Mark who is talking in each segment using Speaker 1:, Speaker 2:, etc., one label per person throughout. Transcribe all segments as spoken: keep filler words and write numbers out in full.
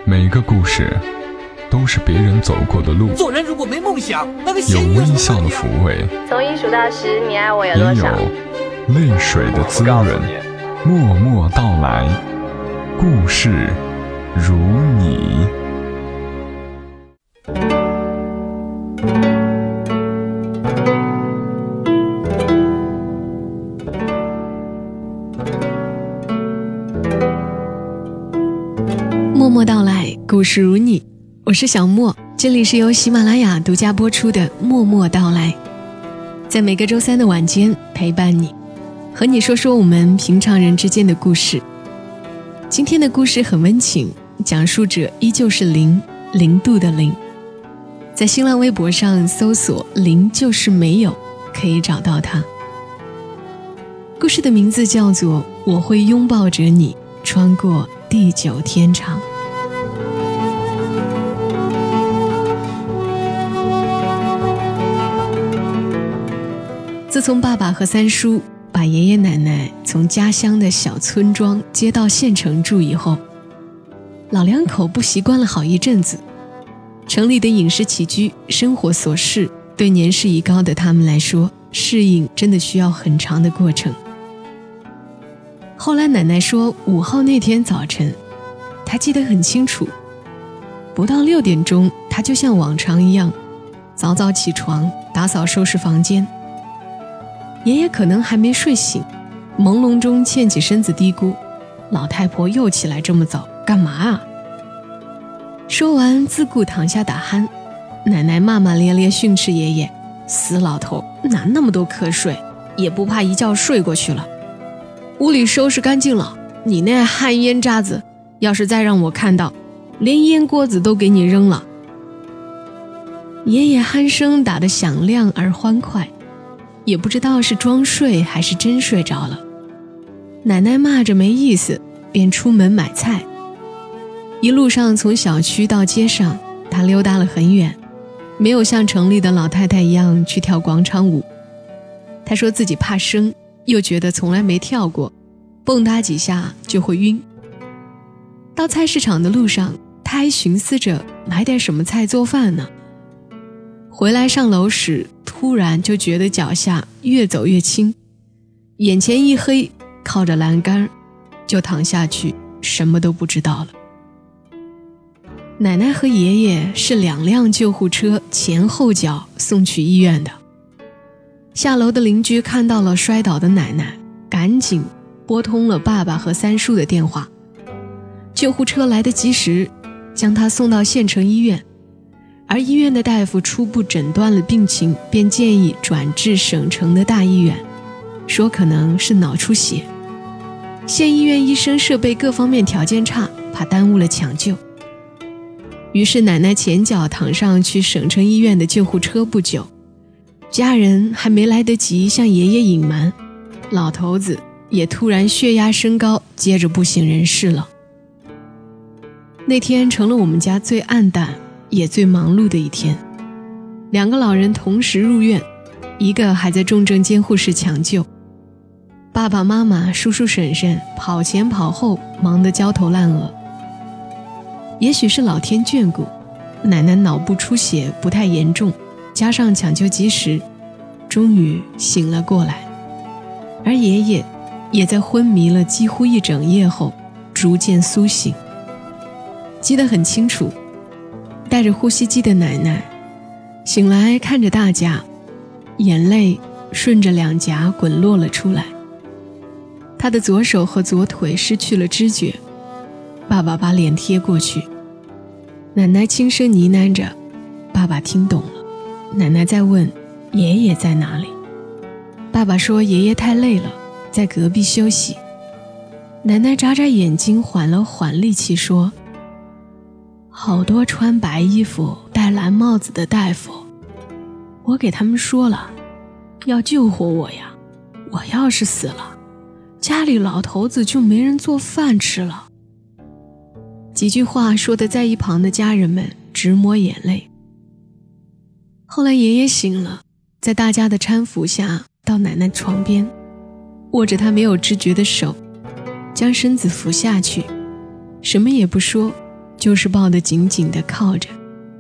Speaker 1: 每个故事都是别人走过的路，
Speaker 2: 做人如果没梦想，那个
Speaker 1: 有微笑的抚慰，
Speaker 3: 从一数到十，你爱我有
Speaker 1: 也有
Speaker 3: 多少？
Speaker 1: 泪水的滋润。默默到来，故事如你。
Speaker 4: 默默到来，故事如你，我是小莫，这里是由喜马拉雅独家播出的默默到来，在每个周三的晚间陪伴你，和你说说我们平常人之间的故事。今天的故事很温情，讲述者依旧是零，零度的零。在新浪微博上搜索零就是没有，可以找到它。故事的名字叫做我会拥抱着你穿过地久天长。自从爸爸和三叔把爷爷奶奶从家乡的小村庄接到县城住以后，老两口不习惯了好一阵子。城里的饮食起居、生活琐事，对年事已高的他们来说，适应真的需要很长的过程。后来奶奶说，五号那天早晨，她记得很清楚，不到六点钟，她就像往常一样，早早起床，打扫收拾房间。爷爷可能还没睡醒，朦胧中欠起身子嘀咕，老太婆又起来这么早干嘛啊？说完自顾躺下打鼾。奶奶骂骂咧咧训斥爷爷，死老头，哪那么多瞌睡，也不怕一觉睡过去了。屋里收拾干净了，你那旱烟渣子要是再让我看到，连烟锅子都给你扔了。爷爷鼾声打得响亮而欢快，也不知道是装睡还是真睡着了。奶奶骂着没意思，便出门买菜。一路上从小区到街上，她溜达了很远，没有像城里的老太太一样去跳广场舞。她说自己怕生，又觉得从来没跳过，蹦跶几下就会晕。到菜市场的路上，她还寻思着买点什么菜做饭呢。回来上楼时，突然就觉得脚下越走越轻，眼前一黑，靠着栏杆就躺下去，什么都不知道了。奶奶和爷爷是两辆救护车前后脚送去医院的。下楼的邻居看到了摔倒的奶奶，赶紧拨通了爸爸和三叔的电话。救护车来得及时，将她送到县城医院。而医院的大夫初步诊断了病情，便建议转至省城的大医院，说可能是脑出血。县医院医生设备各方面条件差，怕耽误了抢救。于是奶奶前脚躺上去省城医院的救护车不久，家人还没来得及向爷爷隐瞒，老头子也突然血压升高，接着不省人事了。那天成了我们家最暗淡也最忙碌的一天。两个老人同时入院，一个还在重症监护室抢救，爸爸妈妈、叔叔婶婶跑前跑后，忙得焦头烂额。也许是老天眷顾，奶奶脑部出血不太严重，加上抢救及时，终于醒了过来。而爷爷也在昏迷了几乎一整夜后逐渐苏醒。记得很清楚，带着呼吸机的奶奶醒来，看着大家，眼泪顺着两颊滚落了出来。她的左手和左腿失去了知觉，爸爸把脸贴过去，奶奶轻声呢喃着，爸爸听懂了。奶奶在问爷爷在哪里，爸爸说爷爷太累了，在隔壁休息。奶奶眨眨眼睛，缓了缓力气说，好多穿白衣服戴蓝帽子的大夫，我给他们说了，要救活我呀，我要是死了，家里老头子就没人做饭吃了。几句话说得在一旁的家人们直抹眼泪。后来爷爷醒了，在大家的搀扶下到奶奶床边，握着她没有知觉的手，将身子扶下去，什么也不说， 就是抱得紧紧地靠着。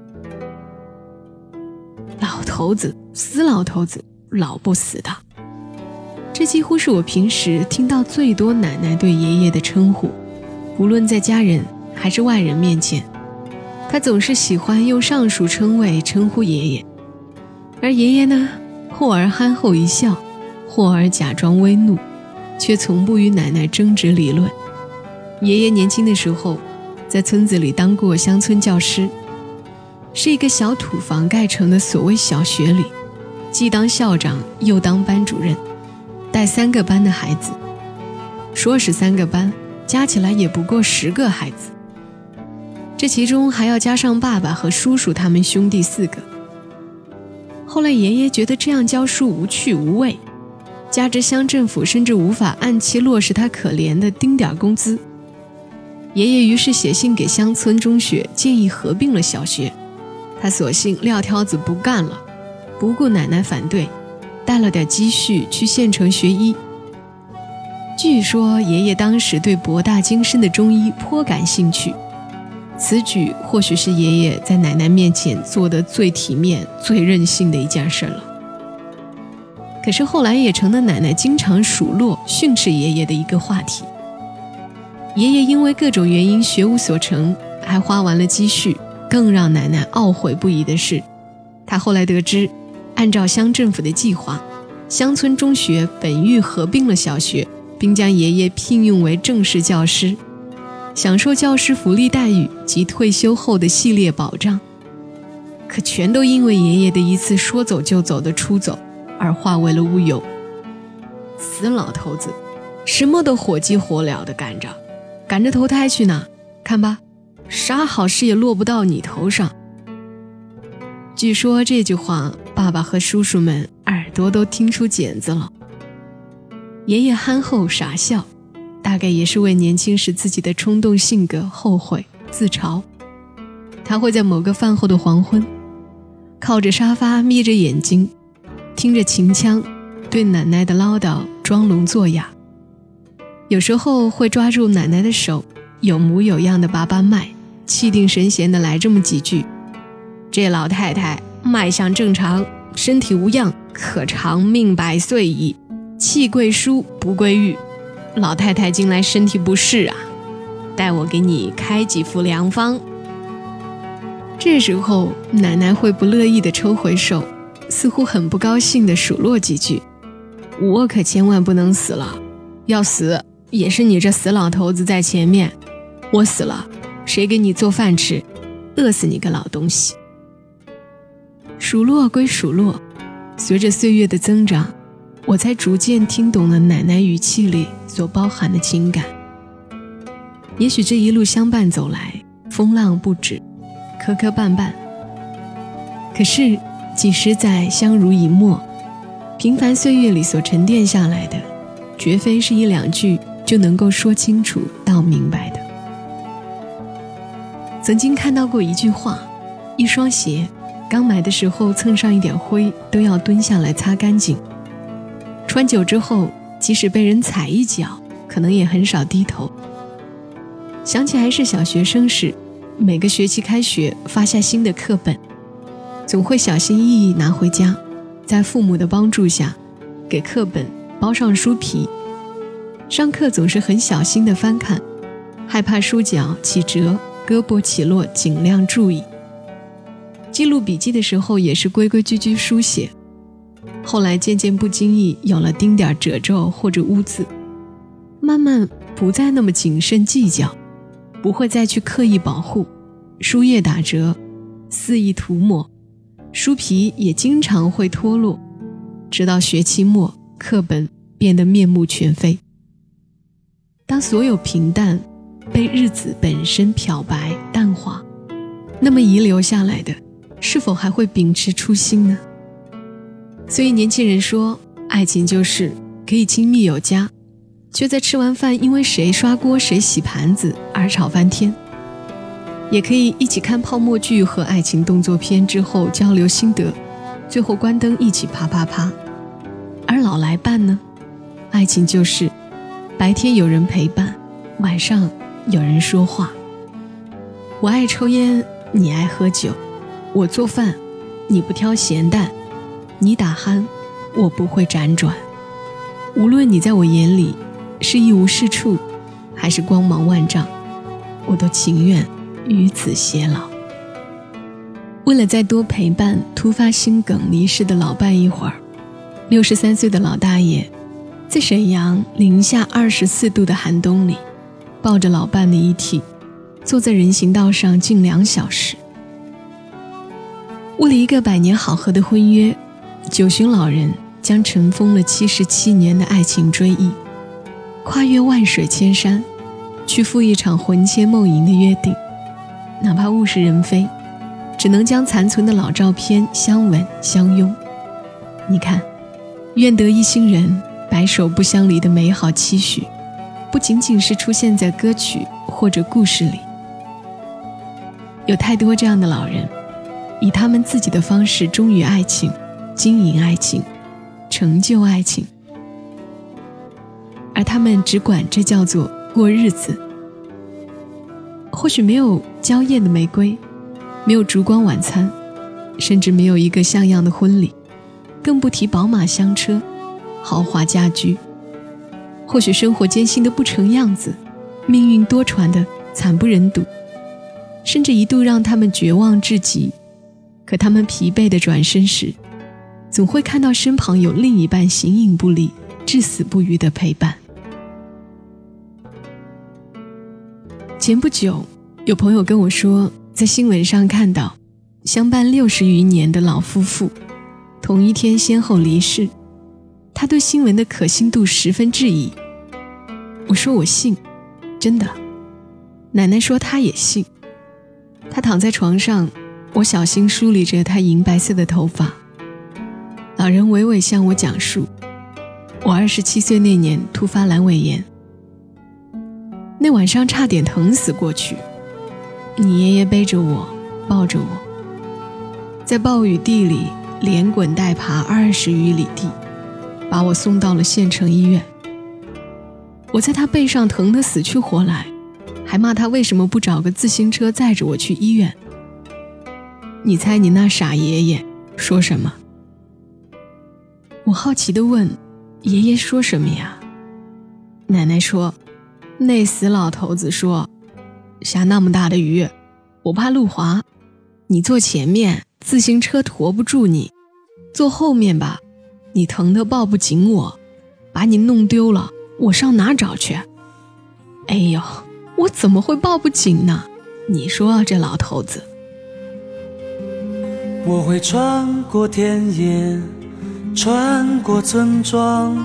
Speaker 4: 老头子，死老头子，老不死的。这几乎是我平时听到最多奶奶对爷爷的称呼，无论在家人还是外人面前，他总是喜欢用上述称谓称呼爷爷。而爷爷呢，或而憨厚一笑，或而假装微怒，却从不与奶奶争执理论。爷爷年轻的时候在村子里当过乡村教师，是一个小土房盖成的所谓小学里，既当校长又当班主任，带三个班的孩子。说是三个班，加起来也不过十个孩子，这其中还要加上爸爸和叔叔他们兄弟四个。后来爷爷觉得这样教书无趣无味，加之乡政府甚至无法按期落实他可怜的丁点工资，爷爷于是写信给乡村中学，建议合并了小学。他索性撂挑子不干了，不顾奶奶反对，带了点积蓄去县城学医。据说爷爷当时对博大精深的中医颇感兴趣，此举或许是爷爷在奶奶面前做得最体面最任性的一件事了。可是后来也成了奶奶经常数落训斥爷爷的一个话题。爷爷因为各种原因学无所成，还花完了积蓄。更让奶奶懊悔不已的是，他后来得知，按照乡政府的计划，乡村中学本欲合并了小学，并将爷爷聘用为正式教师，享受教师福利待遇及退休后的系列保障，可全都因为爷爷的一次说走就走的出走而化为了乌有。死老头子，什么都火急火燎地赶着，赶着投胎去呢，看吧，啥好事也落不到你头上。据说这句话爸爸和叔叔们耳朵都听出茧子了。爷爷憨厚傻笑，大概也是为年轻时自己的冲动性格后悔自嘲。他会在某个饭后的黄昏，靠着沙发眯着眼睛，听着秦腔，对奶奶的唠叨装聋作哑。有时候会抓住奶奶的手，有模有样的把把脉，气定神闲地来这么几句：这老太太脉象正常，身体无恙，可长命百岁矣。气贵疏不贵玉，老太太近来身体不适啊，待我给你开几副良方。这时候奶奶会不乐意地抽回手，似乎很不高兴地数落几句：我可千万不能死了，要死也是你这死老头子在前面，我死了谁给你做饭吃，饿死你个老东西。数落归数落，随着岁月的增长，我才逐渐听懂了奶奶语气里所包含的情感。也许这一路相伴走来，风浪不止，磕磕绊绊，可是几十载相濡以沫，平凡岁月里所沉淀下来的，绝非是一两句就能够说清楚道明白的。曾经看到过一句话，一双鞋刚买的时候蹭上一点灰都要蹲下来擦干净，穿久之后即使被人踩一脚，可能也很少低头。想起还是小学生时，每个学期开学发下新的课本，总会小心翼翼拿回家，在父母的帮助下给课本包上书皮，上课总是很小心地翻看，害怕书角起折，胳膊起落，尽量注意。记录笔记的时候也是规规矩矩书写，后来渐渐不经意有了丁点褶皱或者污渍，慢慢不再那么谨慎计较，不会再去刻意保护，书页打折，肆意涂抹，书皮也经常会脱落，直到学期末课本变得面目全非。当所有平淡被日子本身漂白淡化，那么遗留下来的是否还会秉持初心呢？所以年轻人说，爱情就是可以亲密有加，却在吃完饭因为谁刷锅谁洗盘子而吵翻天，也可以一起看泡沫剧和爱情动作片之后交流心得，最后关灯一起啪啪啪。而老来伴呢，爱情就是白天有人陪伴，晚上有人说话。 我爱抽烟，你爱喝酒，我做饭，你不挑咸淡，你打鼾，我不会辗转。无论你在我眼里是一无是处，还是光芒万丈，我都情愿与此偕老。为了再多陪伴突发心梗离世的老伴一会儿，六十三岁的老大爷在沈阳零下二十四度的寒冬里，抱着老伴的遗体，坐在人行道上近两小时。为了一个百年好合的婚约，九旬老人将尘封了七十七年的爱情追忆，跨越万水千山，去赴一场魂牵梦萦的约定。哪怕物是人非，只能将残存的老照片相吻相拥。你看，愿得一心人，白首不相离的美好期许，不仅仅是出现在歌曲或者故事里。有太多这样的老人，以他们自己的方式忠于爱情，经营爱情，成就爱情，而他们只管这叫做过日子。或许没有娇艳的玫瑰，没有烛光晚餐，甚至没有一个像样的婚礼，更不提宝马香车、豪华家居。或许生活艰辛的不成样子，命运多舛的惨不忍睹，甚至一度让他们绝望至极。可他们疲惫的转身时，总会看到身旁有另一半形影不离、至死不渝的陪伴。前不久，有朋友跟我说，在新闻上看到相伴六十余年的老夫妇同一天先后离世，他对新闻的可信度十分质疑。我说我信，真的。奶奶说她也信。她躺在床上，我小心梳理着她银白色的头发。老人娓娓向我讲述，我二十七岁那年突发阑尾炎，那晚上差点疼死过去。你爷爷背着我，抱着我，在暴雨地里连滚带爬二十余里地，把我送到了县城医院。我在他背上疼得死去活来，还骂他为什么不找个自行车载着我去医院。你猜你那傻爷爷说什么？我好奇地问，爷爷说什么呀？奶奶说，那死老头子说，下那么大的雨，我怕路滑，你坐前面，自行车驮不住你，坐后面吧，你疼得抱不紧我，把你弄丢了，我上哪找去？哎呦，我怎么会抱不紧呢？你说这老头子。
Speaker 5: 我会穿过田野，穿过村庄，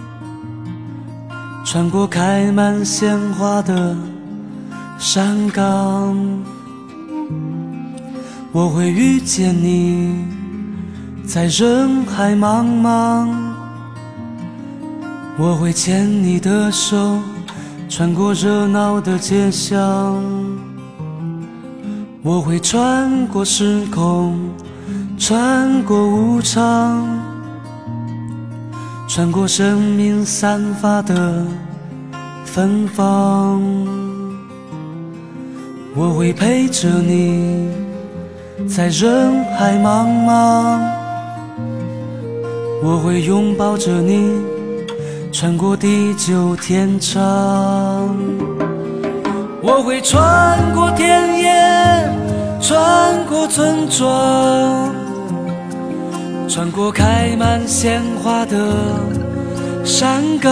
Speaker 5: 穿过开满鲜花的山岗。我会遇见你，在人海茫茫。我会牵你的手，穿过热闹的街巷。我会穿过时空，穿过无常，穿过生命散发的芬芳。我会陪着你，在人海茫茫。我会拥抱着你，穿过地久天长。我会穿过田野，穿过村庄，穿过开满鲜花的山岗。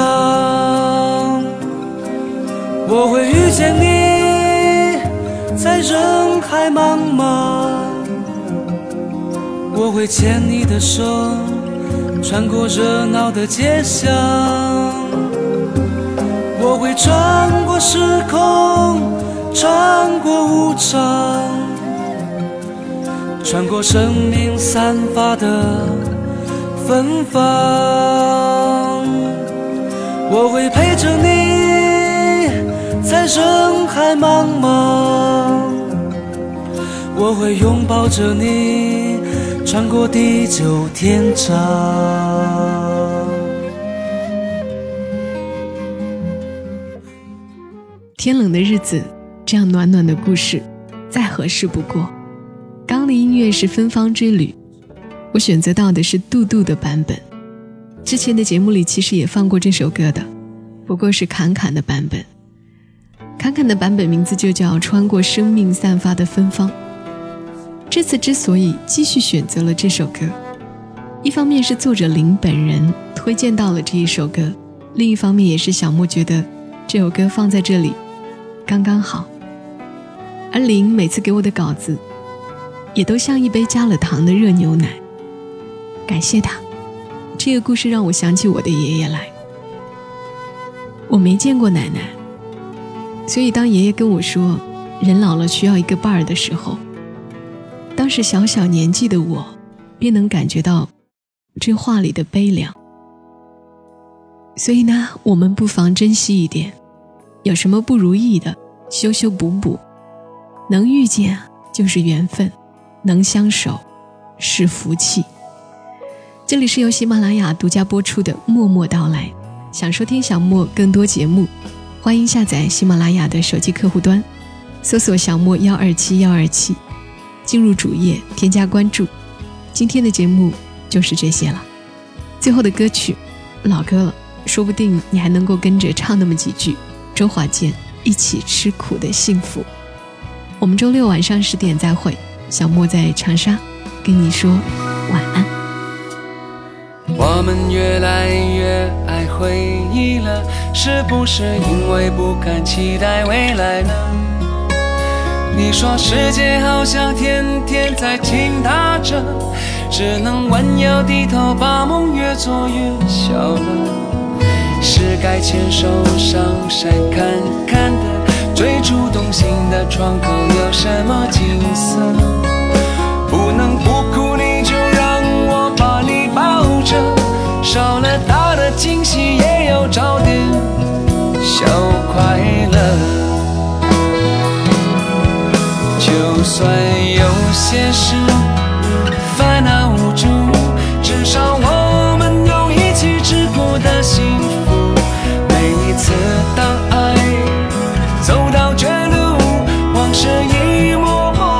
Speaker 5: 我会遇见你，在人海茫茫。我会牵你的手，穿过热闹的街巷。我会穿过时空，穿过无常，穿过生命散发的芬芳。我会陪着你，在人海茫茫。我会拥抱着你，穿过地久天长。
Speaker 4: 天冷的日子，这样暖暖的故事再合适不过。刚刚的音乐是《芬芳之旅》，我选择到的是杜杜的版本。之前的节目里其实也放过这首歌的，不过是侃侃的版本。侃侃的版本名字就叫《穿过生命散发的芬芳》。这次之所以继续选择了这首歌，一方面是作者林本人推荐到了这一首歌，另一方面也是小莫觉得这首歌放在这里刚刚好。而林每次给我的稿子也都像一杯加了糖的热牛奶，感谢他。这个故事让我想起我的爷爷来。我没见过奶奶，所以当爷爷跟我说人老了需要一个伴儿的时候，当时小小年纪的我便能感觉到这话里的悲凉。所以呢，我们不妨珍惜一点，有什么不如意的修修补补，能遇见就是缘分，能相守是福气。这里是由喜马拉雅独家播出的默默到来，想收听小莫更多节目，欢迎下载喜马拉雅的手机客户端，搜索小莫一二七一二七，进入主页添加关注。今天的节目就是这些了。最后的歌曲老歌了，说不定你还能够跟着唱那么几句。周华健一起吃苦的幸福。我们周六晚上十点再会，小莫在长沙跟你说晚安。
Speaker 5: 我们越来越爱回忆了，是不是因为不敢期待未来呢？你说世界好像天天在倾塌着，只能弯腰低头，把梦越做越小了。是该牵手上山看看的，最初动心的窗口有什么景色？不能不哭，你就让我把你抱着，少了大的惊喜也要找点小快乐。就算有些事烦恼无助，至少我们有一起吃苦的幸福。每一次当爱走到绝路，往事一幕幕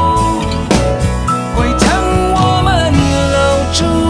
Speaker 5: 会将我们留住。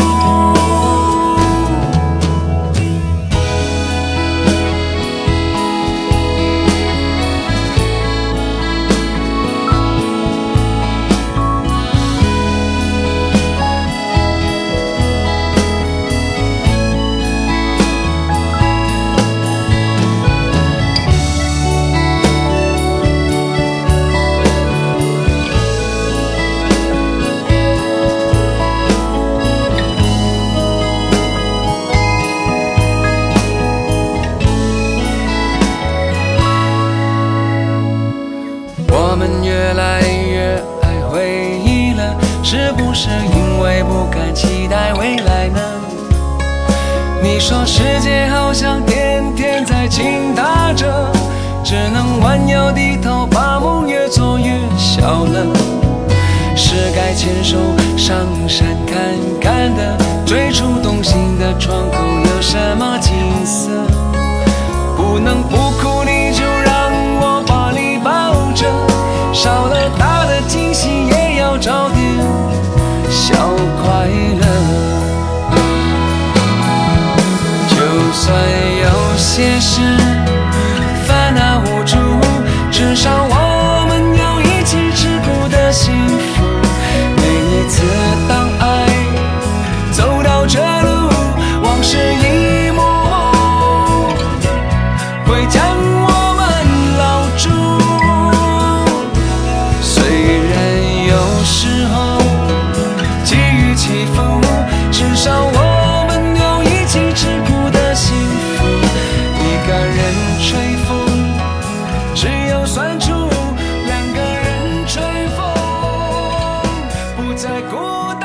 Speaker 5: 我们越来越爱回忆了，是不是因为不敢期待未来呢？你说世界好像天天在倾塌着，只能弯腰低头，把梦越做越小了。是该牵手上山看看的，最初动心的窗口有什么景色？不能不哭，你就让我把你抱着，少了大的惊喜也要找点小快乐。就算有些事烦恼无助，至少我们有一起吃苦的幸福。每一次当爱走到这路，往事一幕幕会将我们牢住。虽然有时候际遇起伏，至少我们有一起吃苦的幸福。一个人吹风，只有酸楚；两个人吹风，不再孤单。